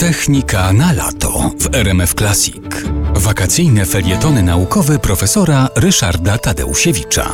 Technika na lato w RMF Classic. Wakacyjne felietony naukowe profesora Ryszarda Tadeusiewicza.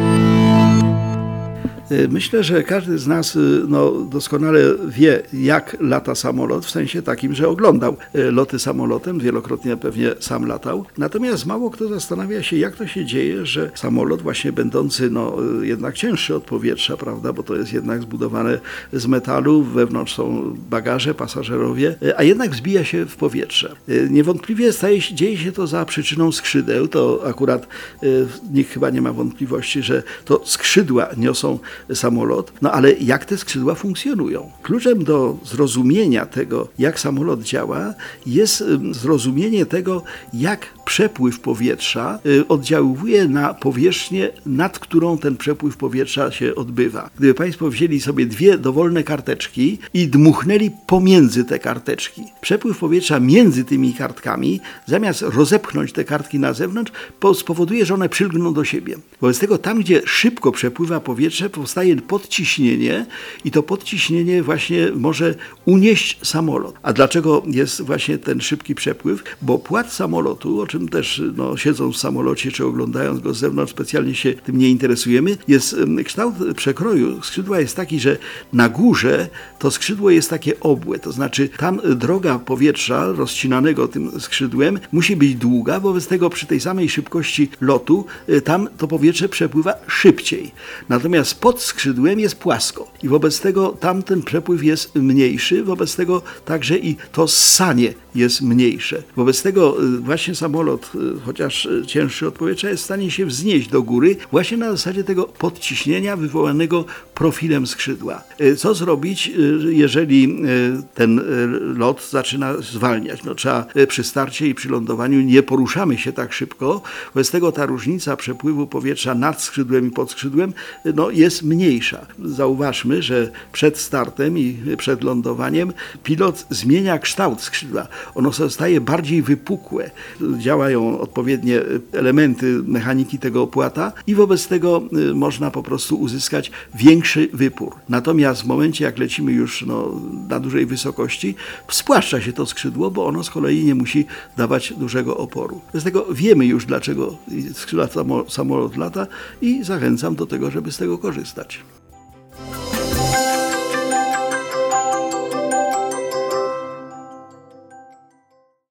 Myślę, że każdy z nas doskonale wie, jak lata samolot, w sensie takim, że oglądał loty samolotem, wielokrotnie pewnie sam latał. Natomiast mało kto zastanawia się, jak to się dzieje, że samolot właśnie będący jednak cięższy od powietrza, prawda, bo to jest jednak zbudowane z metalu, wewnątrz są bagaże, pasażerowie, a jednak wzbija się w powietrze. Niewątpliwie dzieje się to za przyczyną skrzydeł, to akurat nikt chyba nie ma wątpliwości, że to skrzydła niosą samolot, ale jak te skrzydła funkcjonują? Kluczem do zrozumienia tego, jak samolot działa, jest zrozumienie tego, jak przepływ powietrza oddziałuje na powierzchnię, nad którą ten przepływ powietrza się odbywa. Gdyby Państwo wzięli sobie dwie dowolne karteczki i dmuchnęli pomiędzy te karteczki, przepływ powietrza między tymi kartkami, zamiast rozepchnąć te kartki na zewnątrz, spowoduje, że one przylgną do siebie. Wobec tego tam, gdzie szybko przepływa powietrze, powstaje podciśnienie i to podciśnienie właśnie może unieść samolot. A dlaczego jest właśnie ten szybki przepływ? Bo płat samolotu, o czym też siedząc w samolocie czy oglądając go z zewnątrz specjalnie się tym nie interesujemy, kształt przekroju skrzydła jest taki, że na górze to skrzydło jest takie obłe, to znaczy tam droga powietrza rozcinanego tym skrzydłem musi być długa, wobec tego przy tej samej szybkości lotu tam to powietrze przepływa szybciej. Natomiast pod skrzydłem jest płasko i wobec tego tamten przepływ jest mniejszy, wobec tego także i to ssanie jest mniejsze. Wobec tego właśnie samolot, chociaż cięższy od powietrza, jest w stanie się wznieść do góry właśnie na zasadzie tego podciśnienia wywołanego profilem skrzydła. Co zrobić, jeżeli ten lot zaczyna zwalniać? Trzeba przy starcie i przy lądowaniu nie poruszamy się tak szybko, wobec tego ta różnica przepływu powietrza nad skrzydłem i pod skrzydłem jest mniejsza. Zauważmy, że przed startem i przed lądowaniem pilot zmienia kształt skrzydła. Ono zostaje bardziej wypukłe. Działają odpowiednie elementy mechaniki tego płata i wobec tego można po prostu uzyskać większy wypór. Natomiast w momencie, jak lecimy już na dużej wysokości, spłaszcza się to skrzydło, bo ono z kolei nie musi dawać dużego oporu. Z tego wiemy już, dlaczego skrzydła samolot lata i zachęcam do tego, żeby z tego korzystać.